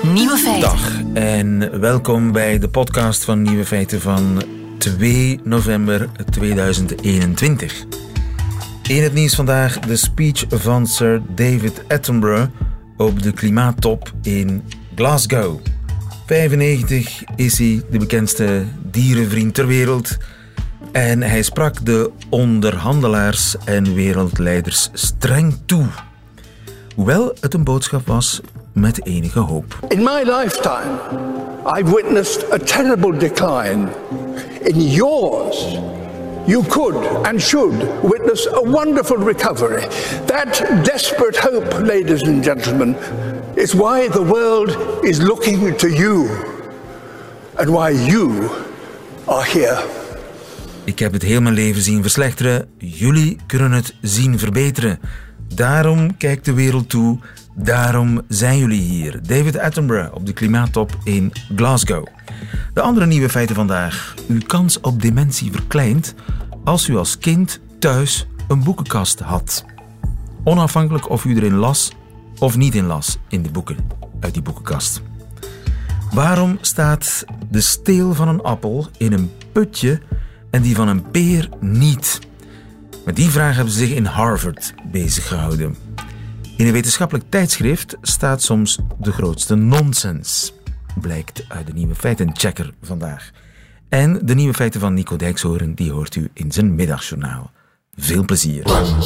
Nieuwe Feiten. Dag en welkom bij de podcast van Nieuwe Feiten van 2 november 2021. In het nieuws vandaag de speech van Sir David Attenborough op de klimaattop in Glasgow. 95 is hij de bekendste dierenvriend ter wereld. En hij sprak de onderhandelaars en wereldleiders streng toe. Hoewel het een boodschap was met enige hoop. In my lifetime, I've witnessed a terrible decline. In yours, you could and should witness a wonderful recovery. That desperate hope, ladies and gentlemen, is why the world is looking to you and why you are here. Ik heb het heel mijn leven zien verslechteren. Jullie kunnen het zien verbeteren. Daarom kijkt de wereld toe. Daarom zijn jullie hier. David Attenborough op de klimaattop in Glasgow. De andere nieuwe feiten vandaag. Uw kans op dementie verkleint als u als kind thuis een boekenkast had. Onafhankelijk of u erin las of niet in las in de boeken uit die boekenkast. Waarom staat de steel van een appel in een putje en die van een peer niet? Met die vraag hebben ze zich in Harvard bezig gehouden. In een wetenschappelijk tijdschrift staat soms de grootste nonsens. Blijkt uit de Nieuwe Feitenchecker vandaag. En de Nieuwe Feiten van Nico Dijkshoorn, die hoort u in zijn middagjournaal. Veel plezier.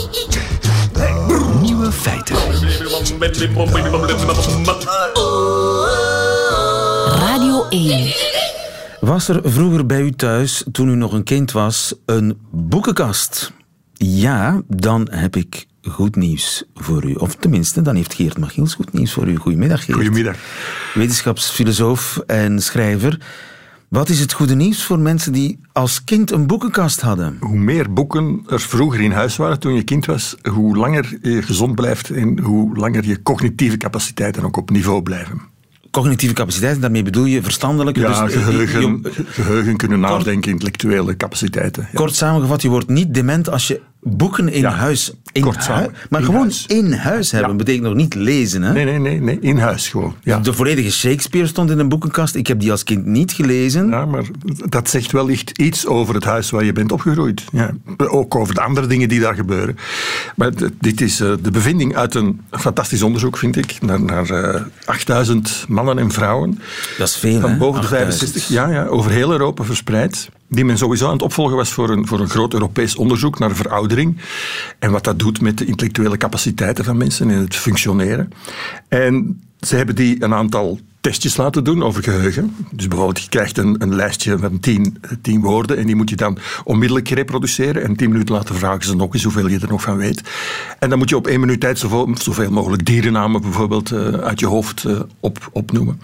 Nieuwe Feiten. Radio 1. Was er vroeger bij u thuis, toen u nog een kind was, een boekenkast? Ja, dan heb ik goed nieuws voor u. Of tenminste, dan heeft Geert Machiels goed nieuws voor u. Goedemiddag, Geert. Goedemiddag. Wetenschapsfilosoof en schrijver. Wat is het goede nieuws voor mensen die als kind een boekenkast hadden? Hoe meer boeken er vroeger in huis waren toen je kind was, hoe langer je gezond blijft en hoe langer je cognitieve capaciteiten ook op niveau blijven. Cognitieve capaciteiten, daarmee bedoel je verstandelijke... Ja, dus, geheugen kunnen nadenken, intellectuele capaciteiten. Ja. Kort samengevat, je wordt niet dement als je boeken in huis... Maar in gewoon huis. In huis hebben, betekent nog niet lezen, hè? Nee, in huis gewoon. Ja. De volledige Shakespeare stond in een boekenkast. Ik heb die als kind niet gelezen. Ja, maar dat zegt wellicht iets over het huis waar je bent opgegroeid. Ja. Ook over de andere dingen die daar gebeuren. Maar dit is de bevinding uit een fantastisch onderzoek, vind ik, naar 8000 mannen en vrouwen. Dat is veel, van hè? boven de 8000. 65, over heel Europa verspreid. Die men sowieso aan het opvolgen was voor een groot Europees onderzoek naar veroudering. En wat dat doet met de intellectuele capaciteiten van mensen en het functioneren. En ze hebben die een aantal testjes laten doen over geheugen. Dus bijvoorbeeld, je krijgt een lijstje van 10 woorden en die moet je dan onmiddellijk reproduceren. En 10 minuten later vragen ze nog eens hoeveel je er nog van weet. En dan moet je op 1 minuut tijd zoveel mogelijk dierennamen bijvoorbeeld uit je hoofd opnoemen.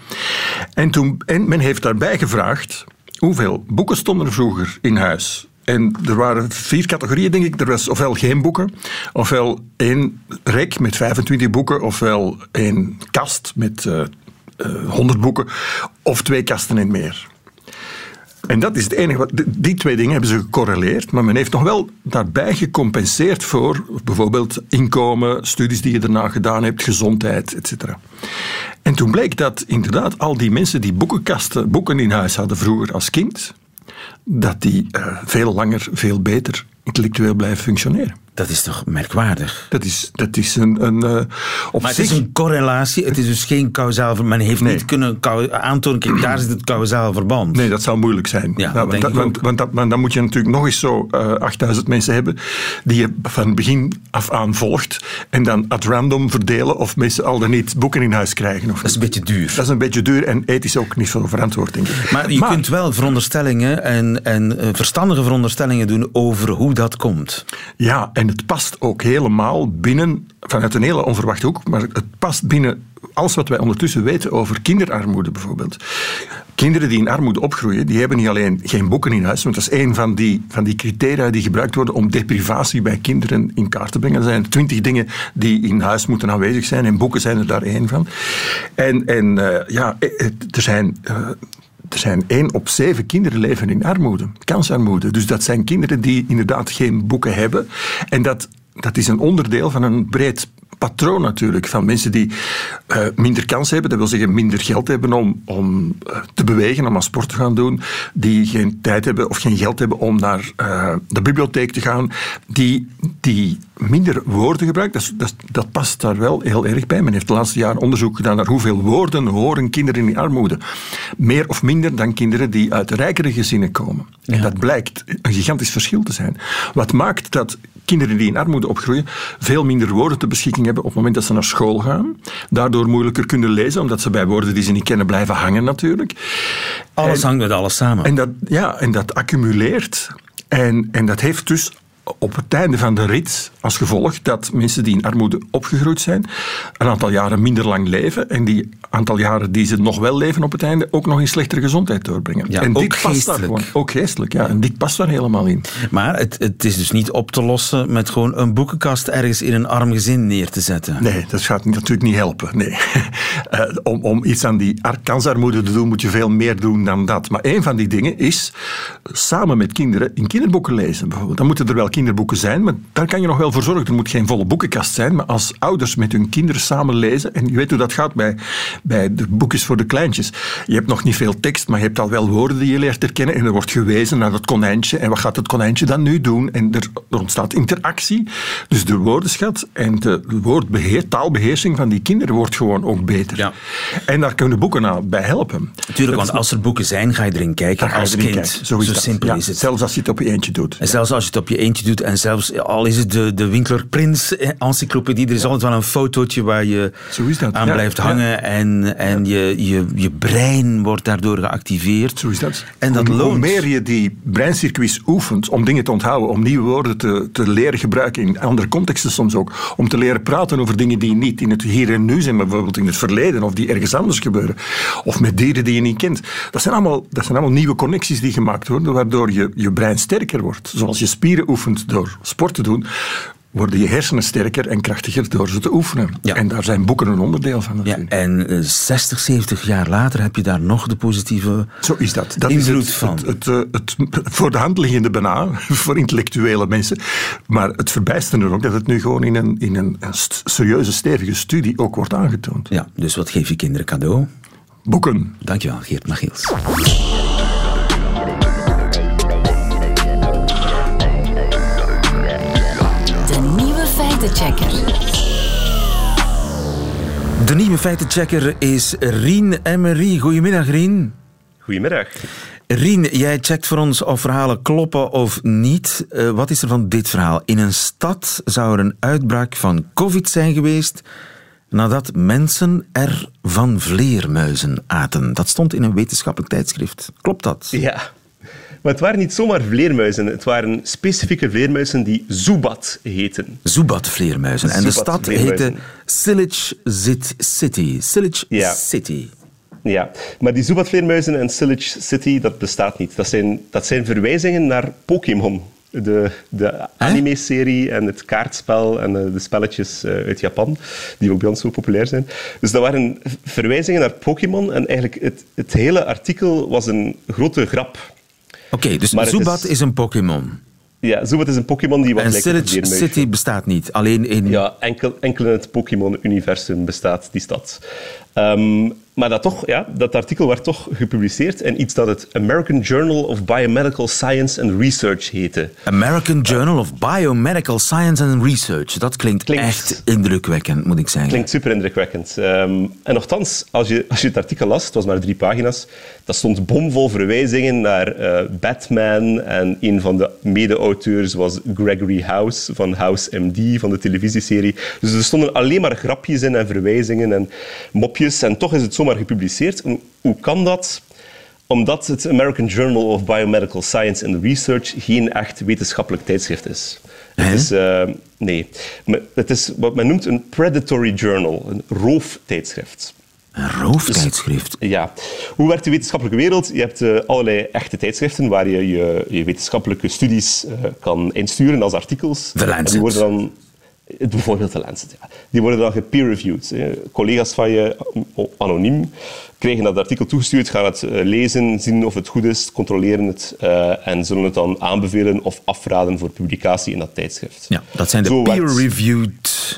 En men heeft daarbij gevraagd, hoeveel boeken stonden er vroeger in huis? En er waren 4 categorieën, denk ik. Er was ofwel geen boeken, ofwel 1 rek met 25 boeken, ofwel 1 kast met 100 boeken, of 2 kasten en meer. En dat is het enige. Die 2 dingen hebben ze gecorreleerd, maar men heeft nog wel daarbij gecompenseerd voor bijvoorbeeld inkomen, studies die je daarna gedaan hebt, gezondheid, etc. En toen bleek dat inderdaad al die mensen die boeken in huis hadden vroeger als kind, dat die veel langer, veel beter intellectueel blijven functioneren. Dat is toch merkwaardig? Dat is een op maar zich... het is een correlatie, het is dus geen kausaal verband. Men heeft niet kunnen aantonen, kijk, daar zit het kausaal verband. Nee, dat zou moeilijk zijn. Ja, want dan moet je natuurlijk nog eens zo 8000 mensen hebben die je van begin af aan volgt en dan at random verdelen of mensen al dan niet boeken in huis krijgen. Of dat is een beetje duur. Dat is een beetje duur en ethisch ook niet zo verantwoord, denk ik. Maar je kunt wel veronderstellingen en verstandige veronderstellingen doen over hoe dat komt. Ja, en het past ook helemaal binnen, vanuit een hele onverwachte hoek, maar het past binnen alles wat wij ondertussen weten over kinderarmoede bijvoorbeeld. Kinderen die in armoede opgroeien, die hebben niet alleen geen boeken in huis, want dat is een van die criteria die gebruikt worden om deprivatie bij kinderen in kaart te brengen. Er zijn 20 dingen die in huis moeten aanwezig zijn en boeken zijn er daar 1 van. Er zijn 1 op 7 kinderen leven in armoede, kansarmoede. Dus dat zijn kinderen die inderdaad geen boeken hebben. En dat is een onderdeel van een breed patroon natuurlijk van mensen die minder kans hebben, dat wil zeggen minder geld hebben om te bewegen, om aan sport te gaan doen, die geen tijd hebben of geen geld hebben om naar de bibliotheek te gaan, die minder woorden gebruiken. Dat past daar wel heel erg bij. Men heeft de laatste jaren onderzoek gedaan naar hoeveel woorden horen kinderen in armoede. Meer of minder dan kinderen die uit rijkere gezinnen komen. Ja. En dat blijkt een gigantisch verschil te zijn. Wat maakt dat kinderen die in armoede opgroeien veel minder woorden ter beschikking hebben op het moment dat ze naar school gaan. Daardoor moeilijker kunnen lezen, omdat ze bij woorden die ze niet kennen blijven hangen natuurlijk. Alles hangt met alles samen. En dat accumuleert. En dat heeft dus op het einde van de rit als gevolg dat mensen die in armoede opgegroeid zijn een aantal jaren minder lang leven en die aantal jaren die ze nog wel leven op het einde ook nog in slechtere gezondheid doorbrengen. Ja, en ook dit past daar gewoon. Ook geestelijk, ja. En dit past daar helemaal in. Maar het is dus niet op te lossen met gewoon een boekenkast ergens in een arm gezin neer te zetten. Nee, dat gaat natuurlijk niet helpen. Nee. Om iets aan die kansarmoede te doen, moet je veel meer doen dan dat. Maar een van die dingen is samen met kinderen in kinderboeken lezen. Bijvoorbeeld. Dan moeten er wel kinderboeken zijn, maar daar kan je nog wel voor zorgen. Er moet geen volle boekenkast zijn, maar als ouders met hun kinderen samen lezen, en je weet hoe dat gaat bij de boekjes voor de kleintjes. Je hebt nog niet veel tekst, maar je hebt al wel woorden die je leert herkennen en er wordt gewezen naar dat konijntje en wat gaat het konijntje dan nu doen? En er ontstaat interactie. Dus de woordenschat en de taalbeheersing van die kinderen wordt gewoon ook beter. Ja. En daar kunnen boeken nou bij helpen. Tuurlijk, want als er boeken zijn, ga je erin kijken als kind. Zo simpel is het. Zelfs als je het op je eentje doet. En zelfs als je het op je eentje doet en zelfs al is het de Winkler Prins encyclopedie, er is altijd wel een fotootje waar je aan blijft hangen en je brein wordt daardoor geactiveerd. Zo is dat. En dat loont. Hoe meer je die breincircuits oefent om dingen te onthouden, om nieuwe woorden te leren gebruiken in andere contexten soms ook, om te leren praten over dingen die niet in het hier en nu zijn, maar bijvoorbeeld in het verleden of die ergens anders gebeuren, of met dieren die je niet kent. Dat zijn allemaal nieuwe connecties die gemaakt worden, waardoor je brein sterker wordt. Zoals je spieren oefent door sport te doen, worden je hersenen sterker en krachtiger door ze te oefenen. Ja. En daar zijn boeken een onderdeel van natuurlijk. Ja, en 60, 70 jaar later heb je daar nog de positieve Zo is dat. Dat invloed is van. Het voor de hand liggende bijna, voor intellectuele mensen. Maar het verbijsterende ook dat het nu gewoon in een serieuze, stevige studie ook wordt aangetoond. Ja, dus wat geef je kinderen cadeau? Boeken. Dankjewel, Geert Machiels. De nieuwe feitenchecker is Rien Emery. Goedemiddag, Rien. Goedemiddag. Rien, jij checkt voor ons of verhalen kloppen of niet. Wat is er van dit verhaal? In een stad zou er een uitbraak van COVID zijn geweest nadat mensen er van vleermuizen aten. Dat stond in een wetenschappelijk tijdschrift. Klopt dat? Ja. Maar het waren niet zomaar vleermuizen. Het waren specifieke vleermuizen die Zubat heten. Zubat-vleermuizen. En de stad heette Silic City. Silic City. Ja, maar die Zubat-vleermuizen en Silic City, dat bestaat niet. Dat zijn verwijzingen naar Pokémon. De anime-serie en het kaartspel en de spelletjes uit Japan, die ook bij ons zo populair zijn. Dus dat waren verwijzingen naar Pokémon en eigenlijk het hele artikel was een grote grap. Oké, dus Zubat is een Pokémon. Ja, Zubat is een Pokémon die wat lijkt op een vleermuisje. En Silic City bestaat niet, alleen in... Ja, enkel in het Pokémon-universum bestaat die stad. Maar dat artikel werd toch gepubliceerd in iets dat het American Journal of Biomedical Science and Research heette. American Journal of Biomedical Science and Research. Dat klinkt echt indrukwekkend, moet ik zeggen. Klinkt super indrukwekkend. En nochtans, als je het artikel las, het was maar 3 pagina's, dat stond bomvol verwijzingen naar Batman en een van de mede-auteurs was Gregory House van House MD, van de televisieserie. Dus er stonden alleen maar grapjes in en verwijzingen en mopjes en toch is het zomaar gepubliceerd. Hoe kan dat? Omdat het American Journal of Biomedical Science and Research geen echt wetenschappelijk tijdschrift is. Het is wat men noemt een predatory journal, een rooftijdschrift. Een rooftijdschrift? Dus, ja. Hoe werkt de wetenschappelijke wereld? Je hebt allerlei echte tijdschriften waar je wetenschappelijke studies kan insturen als artikels. The Lancet. Die worden dan... Bijvoorbeeld de Lancet, ja. Die worden dan gepeer-reviewed. Collega's van je, anoniem, krijgen dat artikel toegestuurd, gaan het lezen, zien of het goed is, controleren het en zullen het dan aanbevelen of afraden voor publicatie in dat tijdschrift. Ja, dat zijn de peer-reviewed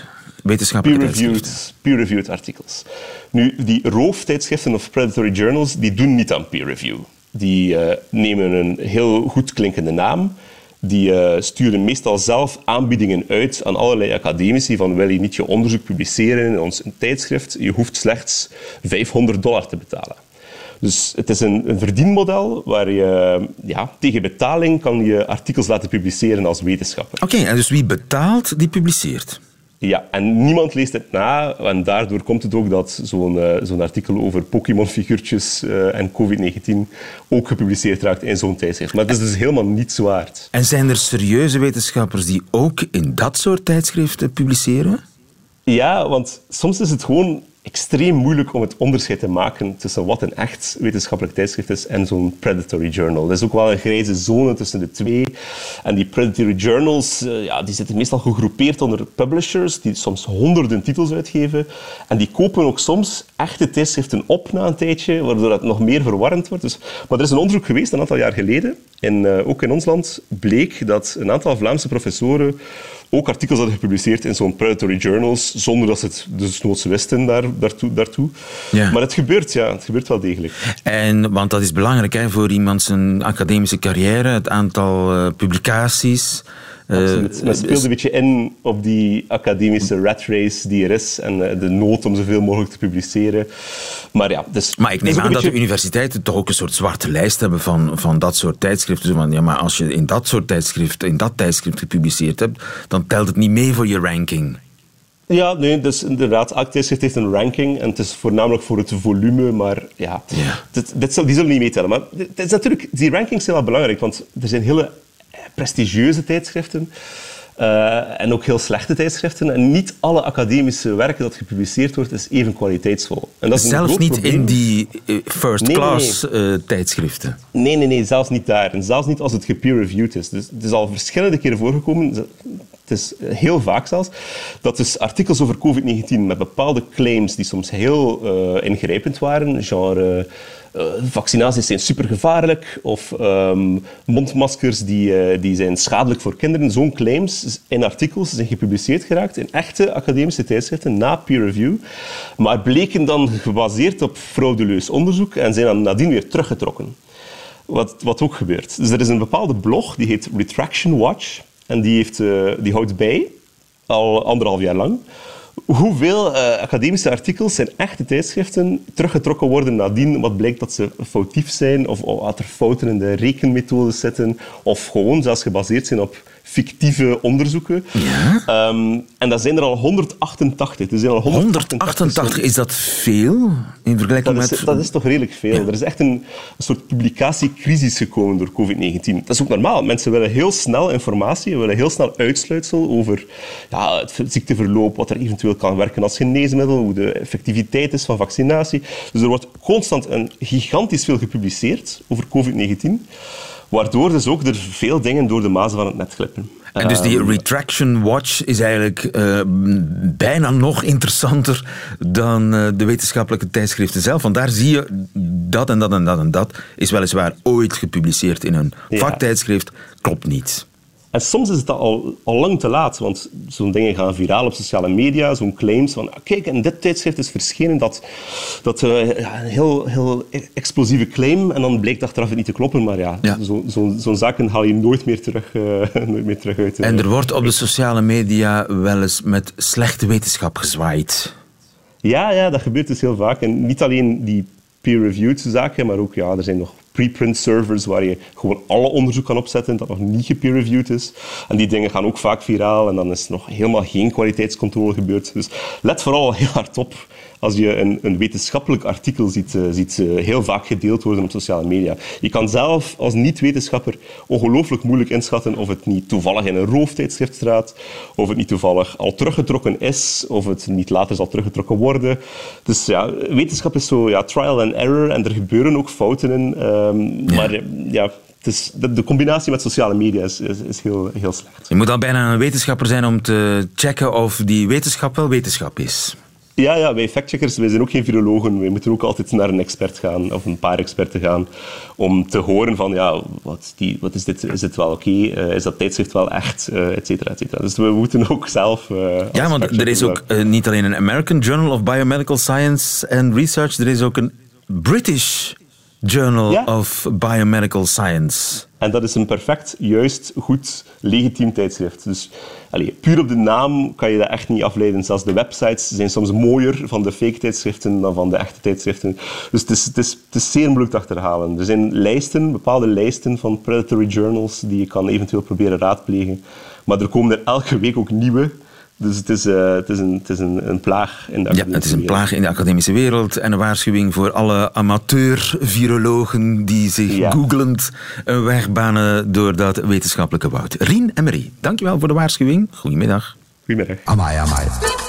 wetenschappelijke tijdschriften. Peer-reviewed artikels. Nu, die rooftijdschriften of predatory journals, die doen niet aan peer-review. Die nemen een heel goed klinkende naam. Die sturen meestal zelf aanbiedingen uit aan allerlei academici van wil je niet je onderzoek publiceren in ons tijdschrift, je hoeft slechts $500 te betalen. Dus het is een verdienmodel waar je tegen betaling kan je artikels laten publiceren als wetenschapper. Oké, en dus wie betaalt, die publiceert? Ja, en niemand leest het na. En daardoor komt het ook dat zo'n artikel over Pokémon-figuurtjes en COVID-19 ook gepubliceerd raakt in zo'n tijdschrift. Maar het is dus helemaal niets waard. En zijn er serieuze wetenschappers die ook in dat soort tijdschriften publiceren? Ja, want soms is het gewoon extreem moeilijk om het onderscheid te maken tussen wat een echt wetenschappelijk tijdschrift is en zo'n predatory journal. Er is ook wel een grijze zone tussen de twee. En die predatory journals die zitten meestal gegroepeerd onder publishers die soms honderden titels uitgeven. En die kopen ook soms echte tijdschriften op na een tijdje, waardoor het nog meer verwarrend wordt. Dus, maar er is een onderzoek geweest een aantal jaar geleden, ook in ons land, bleek dat een aantal Vlaamse professoren ook artikels hadden gepubliceerd in zo'n predatory journals, zonder dat ze het desnoods wisten daartoe. Ja. Maar het gebeurt wel degelijk. Want dat is belangrijk voor iemand zijn academische carrière, het aantal publicaties. Absoluut. Men speelt een beetje in op die academische rat race die er is en de nood om zoveel mogelijk te publiceren. Maar ja, dus, maar ik neem aan dat de universiteiten toch ook een soort zwarte lijst hebben van dat soort tijdschriften. Want, maar als je in dat tijdschrift gepubliceerd hebt, dan telt het niet mee voor je ranking. Ja, nee, dus inderdaad, elk tijdschrift heeft een ranking en het is voornamelijk voor het volume, maar die zullen niet meetellen. Maar het is natuurlijk, die rankings zijn wel belangrijk, want er zijn hele prestigieuze tijdschriften en ook heel slechte tijdschriften. En niet alle academische werken dat gepubliceerd wordt, is even kwaliteitsvol. En dat is zelfs niet probleem. In die first-class tijdschriften? Nee, zelfs niet daar. En zelfs niet als het gepeer-reviewed is. Dus het is al verschillende keren voorgekomen, het is heel vaak zelfs, dat dus artikels over COVID-19 met bepaalde claims die soms heel ingrijpend waren, genre vaccinaties zijn supergevaarlijk of mondmaskers die zijn schadelijk voor kinderen. Zo'n claims in artikels zijn gepubliceerd geraakt in echte academische tijdschriften na peer review, maar bleken dan gebaseerd op fraudeleus onderzoek en zijn dan nadien weer teruggetrokken. Wat ook gebeurt. Dus er is een bepaalde blog, die heet Retraction Watch, en die houdt bij, al 1,5 jaar lang, hoeveel academische artikels in echte tijdschriften teruggetrokken worden nadien wat blijkt dat ze foutief zijn of dat er fouten in de rekenmethodes zitten of gewoon zelfs gebaseerd zijn op fictieve onderzoeken. Ja? En dat zijn er al 188. Er zijn al 188, is dat veel in vergelijking met... Dat is toch redelijk veel. Ja. Er is echt een soort publicatiecrisis gekomen door COVID-19. Dat is ook normaal. Mensen willen heel snel informatie, willen heel snel uitsluitsel over het ziekteverloop, wat er eventueel kan werken als geneesmiddel, hoe de effectiviteit is van vaccinatie. Dus er wordt constant gigantisch veel gepubliceerd over COVID-19. Waardoor dus ook er veel dingen door de mazen van het net glippen. En dus die Retraction Watch is eigenlijk bijna nog interessanter dan de wetenschappelijke tijdschriften zelf. Want daar zie je dat en dat en dat en dat is weliswaar ooit gepubliceerd in een vaktijdschrift. Klopt niet. En soms is het al lang te laat, want zo'n dingen gaan viraal op sociale media, zo'n claims van kijk, in dit tijdschrift is verschenen dat een heel explosieve claim en dan blijkt achteraf het niet te kloppen, maar zo'n zaken haal je nooit meer terug uit. En er wordt op de sociale media wel eens met slechte wetenschap gezwaaid. Ja, dat gebeurt dus heel vaak. En niet alleen die peer-reviewed zaken, maar ook er zijn nog preprint servers waar je gewoon alle onderzoek kan opzetten dat nog niet gepeer-reviewed is. En die dingen gaan ook vaak viraal en dan is er nog helemaal geen kwaliteitscontrole gebeurd. Dus let vooral heel hard op als je een wetenschappelijk artikel ziet heel vaak gedeeld worden op sociale media. Je kan zelf als niet-wetenschapper ongelooflijk moeilijk inschatten of het niet toevallig in een rooftijdschrift staat, of het niet toevallig al teruggetrokken is, of het niet later zal teruggetrokken worden. Dus wetenschap is zo trial and error en er gebeuren ook fouten in. Maar de combinatie met sociale media is heel slecht. Je moet al bijna een wetenschapper zijn om te checken of die wetenschap wel wetenschap is. Ja, wij factcheckers, wij zijn ook geen virologen. Wij moeten ook altijd naar een expert gaan, of een paar experten gaan, om te horen van, wat is dit? Is dit wel oké? Is dat tijdschrift wel echt? Et cetera, et cetera. Dus we moeten ook zelf... ja, want er is ook niet alleen een American Journal of Biomedical Science and Research, er is ook een British Journal of Biomedical Science. En dat is een perfect, juist, goed, legitiem tijdschrift. Dus puur op de naam kan je dat echt niet afleiden. Zelfs de websites zijn soms mooier van de fake tijdschriften dan van de echte tijdschriften. Dus het is zeer moeilijk te achterhalen. Er zijn bepaalde lijsten van predatory journals die je kan eventueel proberen raadplegen. Maar er komen er elke week ook nieuwe. Dus het is een plaag in de academische wereld. Ja, het is een plaag in de academische wereld en een waarschuwing voor alle amateur-virologen die zich googlend een weg banen door dat wetenschappelijke woud. Rien en Marie, dankjewel voor de waarschuwing. Goedemiddag. Goedemiddag. Amai. Amai.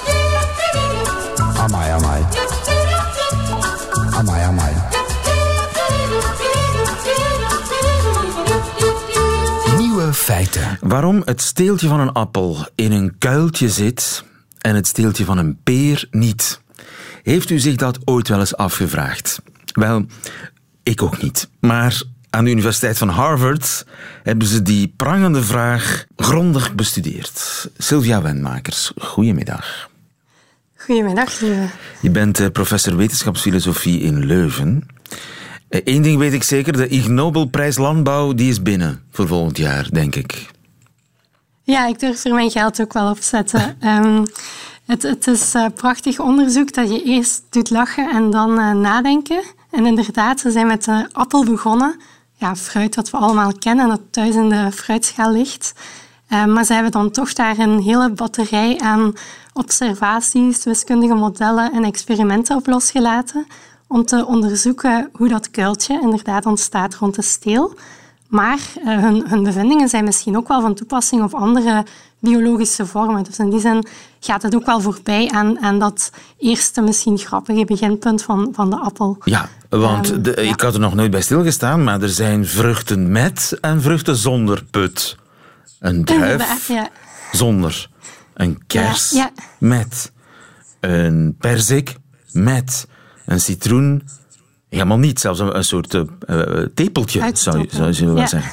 Feiten. Waarom het steeltje van een appel in een kuiltje zit en het steeltje van een peer niet. Heeft u zich dat ooit wel eens afgevraagd? Wel, ik ook niet. Maar aan de Universiteit van Harvard hebben ze die prangende vraag grondig bestudeerd. Sylvia Wenmakers, goedemiddag. Goedemiddag, lieve. Je bent professor wetenschapsfilosofie in Leuven. Eén ding weet ik zeker, de Ig Nobelprijs Landbouw die is binnen voor volgend jaar, denk ik. Ja, ik durf er mijn geld ook wel op te zetten. Het is prachtig onderzoek dat je eerst doet lachen en dan nadenken. En inderdaad, ze zijn met de appel begonnen. Ja, fruit dat we allemaal kennen, dat thuis in de fruitschaal ligt. Maar ze hebben dan toch daar een hele batterij aan observaties, wiskundige modellen en experimenten op losgelaten om te onderzoeken hoe dat kuiltje inderdaad ontstaat rond de steel. Maar hun bevindingen zijn misschien ook wel van toepassing op andere biologische vormen. Dus in die zin gaat het ook wel voorbij aan dat eerste misschien grappige beginpunt van de appel. Ja, want ik had er nog nooit bij stilgestaan, maar er zijn vruchten met en vruchten zonder put. Een druif zonder. Een kers met. Een perzik met. Een citroen helemaal niet. Zelfs een soort tepeltje, zou je wel zeggen.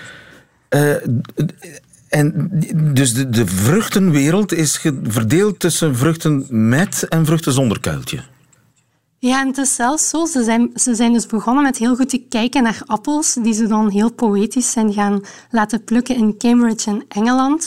En dus de vruchtenwereld is verdeeld tussen vruchten met en vruchten zonder kuiltje. Ja, en het is zelfs zo. Ze zijn dus begonnen met heel goed te kijken naar appels, die ze dan heel poëtisch zijn gaan laten plukken in Cambridge in Engeland.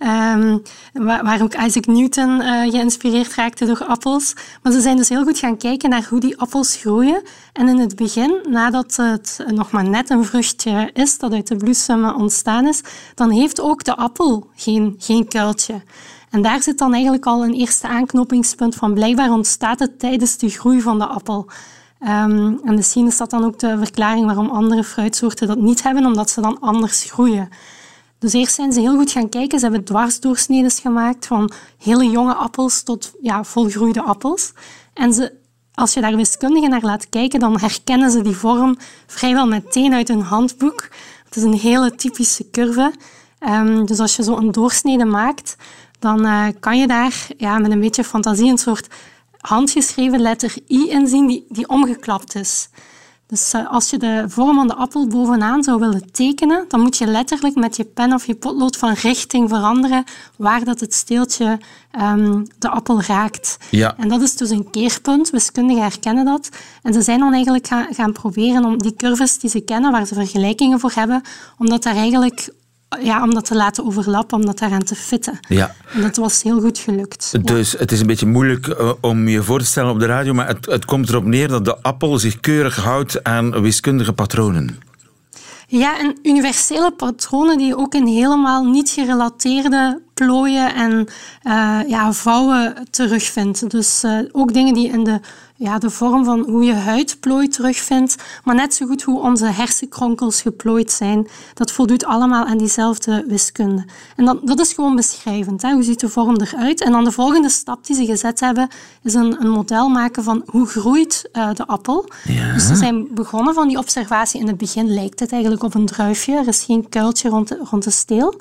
Waar ook Isaac Newton geïnspireerd raakte door appels. Maar ze zijn dus heel goed gaan kijken naar hoe die appels groeien. En in het begin, nadat het nog maar net een vruchtje is dat uit de bloesem ontstaan is, dan heeft ook de appel geen kuiltje. En daar zit dan eigenlijk al een eerste aanknopingspunt van blijkbaar ontstaat het tijdens de groei van de appel. En misschien is dat dan ook de verklaring waarom andere fruitsoorten dat niet hebben, omdat ze dan anders groeien. Dus eerst zijn ze heel goed gaan kijken. Ze hebben dwarsdoorsnedes gemaakt van hele jonge appels tot volgroeide appels. En als je daar wiskundigen naar laat kijken, dan herkennen ze die vorm vrijwel meteen uit hun handboek. Het is een hele typische curve. Dus als je zo een doorsnede maakt, dan kan je daar met een beetje fantasie een soort handgeschreven letter I in zien die omgeklapt is. Dus als je de vorm van de appel bovenaan zou willen tekenen, dan moet je letterlijk met je pen of je potlood van richting veranderen waar dat het steeltje de appel raakt. Ja. En dat is dus een keerpunt. Wiskundigen herkennen dat. En ze zijn dan eigenlijk gaan proberen om die curves die ze kennen, waar ze vergelijkingen voor hebben, om dat daar eigenlijk om dat te laten overlappen, om dat daaraan te fitten. Ja. En dat was heel goed gelukt. Dus het is een beetje moeilijk om je voor te stellen op de radio, maar het komt erop neer dat de appel zich keurig houdt aan wiskundige patronen. Ja, en universele patronen die je ook in helemaal niet gerelateerde plooien en vouwen terugvindt. Dus ook dingen die in de vorm van hoe je huidplooi terugvindt, maar net zo goed hoe onze hersenkronkels geplooid zijn. Dat voldoet allemaal aan diezelfde wiskunde. En dat is gewoon beschrijvend. Hè? Hoe ziet de vorm eruit? En dan de volgende stap die ze gezet hebben, is een model maken van hoe groeit de appel. Ja. Dus ze zijn begonnen van die observatie. In het begin lijkt het eigenlijk op een druifje. Er is geen kuiltje rond de steel.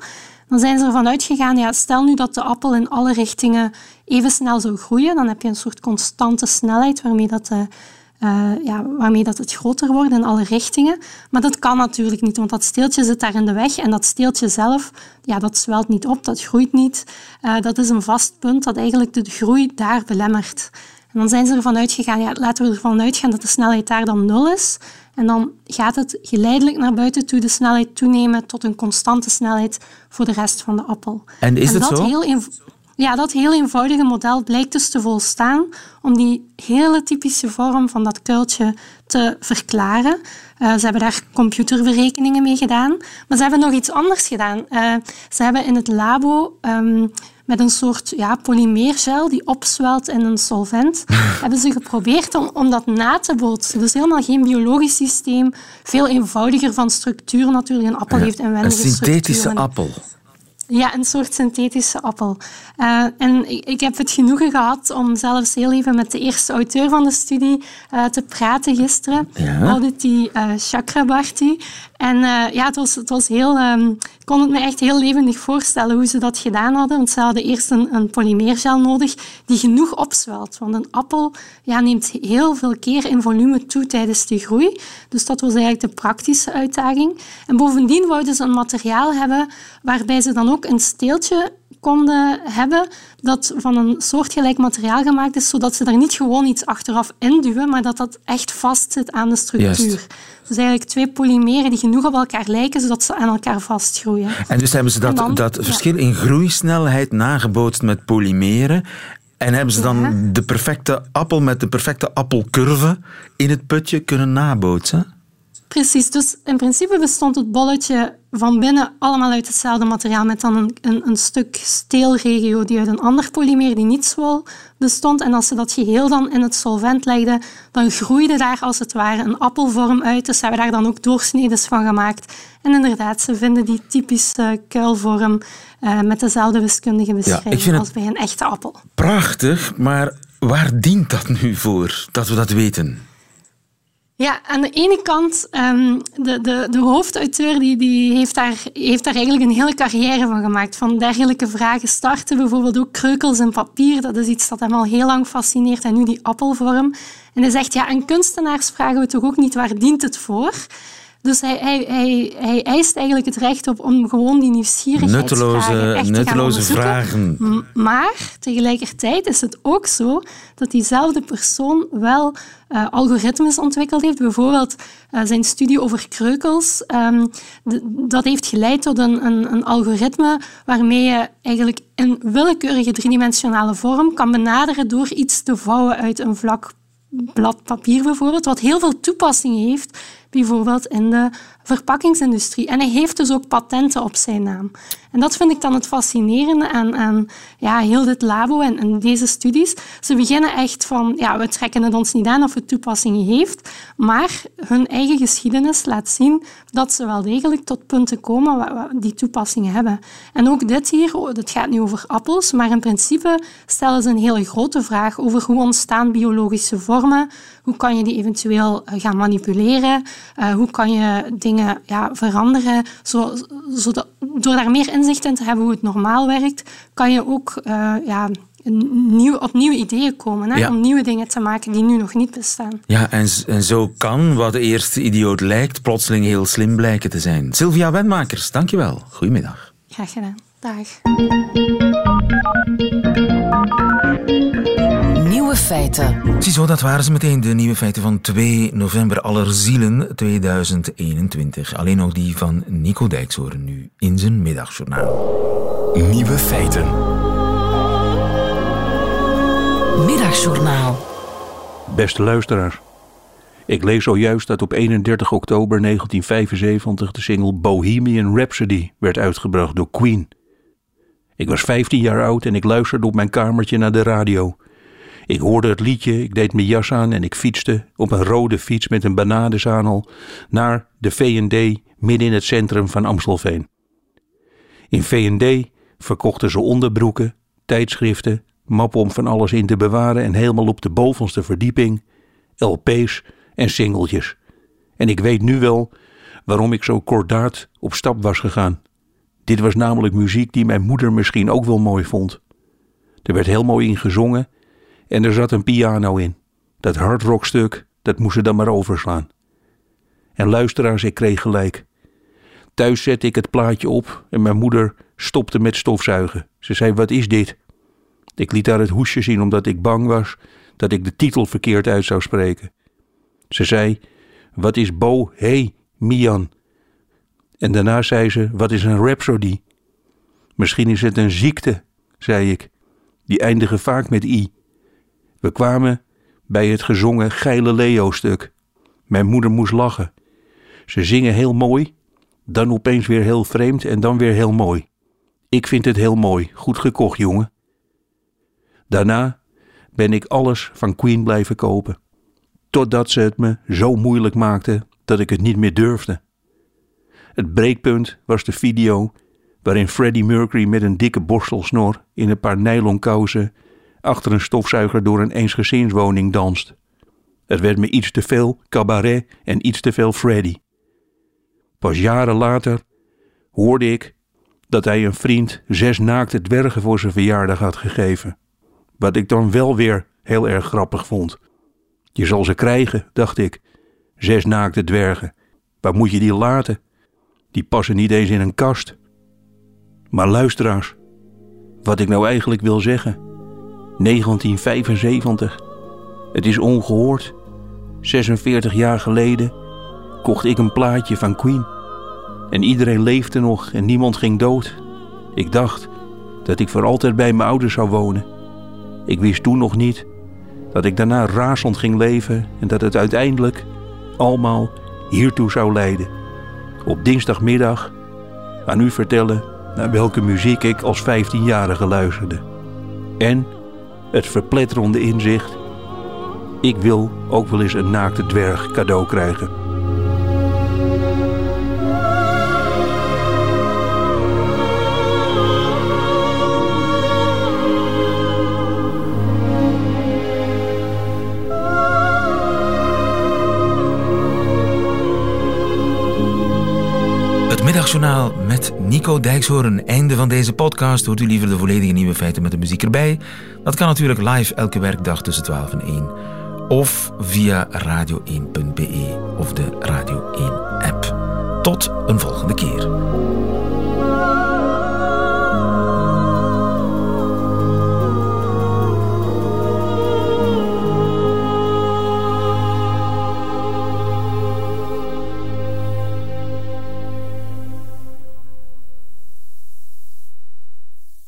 Dan zijn ze ervan uitgegaan, stel nu dat de appel in alle richtingen even snel zou groeien, dan heb je een soort constante snelheid waarmee dat het groter wordt in alle richtingen. Maar dat kan natuurlijk niet, want dat steeltje zit daar in de weg en dat steeltje zelf, dat zwelt niet op, dat groeit niet. Dat is een vast punt dat eigenlijk de groei daar belemmert. En dan zijn ze ervan uitgegaan, laten we ervan uitgaan dat de snelheid daar dan 0 is. En dan gaat het geleidelijk naar buiten toe de snelheid toenemen tot een constante snelheid voor de rest van de appel. En is het zo? Dat heel eenvoudige model blijkt dus te volstaan om die hele typische vorm van dat kuiltje te verklaren. Ze hebben daar computerberekeningen mee gedaan, maar ze hebben nog iets anders gedaan. Ze hebben in het labo met een soort polymeergel die opzwelt in een solvent, hebben ze geprobeerd om dat na te bootsen. Dus helemaal geen biologisch systeem, veel eenvoudiger van structuur natuurlijk. Een appel heeft inwendige structuur. Een synthetische appel. Ja, een soort synthetische appel. En ik heb het genoegen gehad om zelfs heel even met de eerste auteur van de studie te praten gisteren, Aditi Chakrabarty. En het was heel... ik kon het me echt heel levendig voorstellen hoe ze dat gedaan hadden, want ze hadden eerst een polymeergel nodig die genoeg opzwelt. Want een appel neemt heel veel keer in volume toe tijdens de groei. Dus dat was eigenlijk de praktische uitdaging. En bovendien wouden ze een materiaal hebben waarbij ze dan ook een steeltje konden hebben dat van een soortgelijk materiaal gemaakt is, zodat ze daar niet gewoon iets achteraf induwen, maar dat echt vastzit aan de structuur. Juist. Dus eigenlijk 2 polymeren die genoeg op elkaar lijken, zodat ze aan elkaar vastgroeien. En dus hebben ze dat verschil in groeisnelheid nagebootst met polymeren. En hebben ze dan de perfecte appel met de perfecte appelcurve in het putje kunnen nabootsen? Precies, dus in principe bestond het bolletje van binnen allemaal uit hetzelfde materiaal met dan een stuk steelregio die uit een ander polymeer die niet zwol bestond. En als ze dat geheel dan in het solvent legden, dan groeide daar als het ware een appelvorm uit. Dus ze hebben daar dan ook doorsnedes van gemaakt. En inderdaad, ze vinden die typische kuilvorm met dezelfde wiskundige beschrijving als bij een echte appel. Prachtig, maar waar dient dat nu voor, dat we dat weten? Ja, aan de ene kant, de hoofdauteur die heeft daar eigenlijk een hele carrière van gemaakt. Van dergelijke vragen starten, bijvoorbeeld ook kreukels in papier. Dat is iets dat hem al heel lang fascineert. En nu die appelvorm. En hij zegt, aan kunstenaars vragen we toch ook niet, waar dient het voor? Dus hij eist eigenlijk het recht op om gewoon die nieuwsgierigheidsvragen echt te gaan onderzoeken. Maar tegelijkertijd is het ook zo dat diezelfde persoon wel algoritmes ontwikkeld heeft. Bijvoorbeeld zijn studie over kreukels. Dat heeft geleid tot een algoritme waarmee je eigenlijk een willekeurige driedimensionale vorm kan benaderen door iets te vouwen uit een vlak blad papier bijvoorbeeld, wat heel veel toepassingen heeft, bijvoorbeeld in de verpakkingsindustrie. En hij heeft dus ook patenten op zijn naam. En dat vind ik dan het fascinerende aan heel dit labo en deze studies. Ze beginnen echt van, we trekken het ons niet aan of het toepassingen heeft, maar hun eigen geschiedenis laat zien dat ze wel degelijk tot punten komen waar die toepassingen hebben. En ook dit hier, het gaat nu over appels, maar in principe stellen ze een hele grote vraag over hoe ontstaan biologische vormen, hoe kan je die eventueel gaan manipuleren, hoe kan je dingen veranderen, door daar meer inzicht in te hebben hoe het normaal werkt, kan je ook op nieuwe ideeën komen, om nieuwe dingen te maken die nu nog niet bestaan. Ja, en zo kan wat eerst idioot lijkt, plotseling heel slim blijken te zijn. Sylvia Wenmakers, dankjewel. Goedemiddag. Graag gedaan. Dag. Nieuwe feiten. Ziezo, dat waren ze meteen, de nieuwe feiten van 2 november Allerzielen 2021. Alleen nog die van Nico Dijkshoorn nu in zijn middagjournaal. Nieuwe feiten. Middagjournaal. Beste luisteraar. Ik lees zojuist dat op 31 oktober 1975 de single Bohemian Rhapsody werd uitgebracht door Queen. Ik was 15 jaar oud en ik luisterde op mijn kamertje naar de radio. Ik hoorde het liedje, ik deed mijn jas aan en ik fietste op een rode fiets met een bananenzadel naar de V&D midden in het centrum van Amstelveen. In V&D verkochten ze onderbroeken, tijdschriften, mappen om van alles in te bewaren en helemaal op de bovenste verdieping LP's en singeltjes. En ik weet nu wel waarom ik zo kordaat op stap was gegaan. Dit was namelijk muziek die mijn moeder misschien ook wel mooi vond. Er werd heel mooi in gezongen en er zat een piano in. Dat hardrockstuk, dat moest ze dan maar overslaan. En luisteraars, ik kreeg gelijk. Thuis zette ik het plaatje op en mijn moeder stopte met stofzuigen. Ze zei, wat is dit? Ik liet haar het hoesje zien omdat ik bang was dat ik de titel verkeerd uit zou spreken. Ze zei, wat is Bohemian? En daarna zei ze, wat is een Rhapsody? Misschien is het een ziekte, zei ik. Die eindigen vaak met I. We kwamen bij het gezongen Galileo-stuk. Mijn moeder moest lachen. Ze zingen heel mooi, dan opeens weer heel vreemd en dan weer heel mooi. Ik vind het heel mooi, goed gekocht, jongen. Daarna ben ik alles van Queen blijven kopen. Totdat ze het me zo moeilijk maakte dat ik het niet meer durfde. Het breekpunt was de video waarin Freddie Mercury met een dikke borstelsnor in een paar nylonkousen achter een stofzuiger door een eensgezinswoning danst. Het werd me iets te veel cabaret en iets te veel Freddie. Pas jaren later hoorde ik dat hij een vriend 6 naakte dwergen voor zijn verjaardag had gegeven. Wat ik dan wel weer heel erg grappig vond. Je zal ze krijgen, dacht ik. 6 naakte dwergen. Waar moet je die laten? Die passen niet eens in een kast. Maar luisteraars, wat ik nou eigenlijk wil zeggen. 1975. Het is ongehoord. 46 jaar geleden kocht ik een plaatje van Queen. En iedereen leefde nog en niemand ging dood. Ik dacht dat ik voor altijd bij mijn ouders zou wonen. Ik wist toen nog niet dat ik daarna razend ging leven en dat het uiteindelijk allemaal hiertoe zou leiden. Op dinsdagmiddag aan u vertellen naar welke muziek ik als 15-jarige luisterde. En het verpletterende inzicht: ik wil ook wel eens een naakte dwerg cadeau krijgen. Middagjournaal met Nico Dijkshoorn. Einde van deze podcast. Hoort u liever de volledige Nieuwe Feiten met de muziek erbij? Dat kan natuurlijk live elke werkdag tussen 12 en 1. Of via radio1.be of de Radio 1 app. Tot een volgende keer.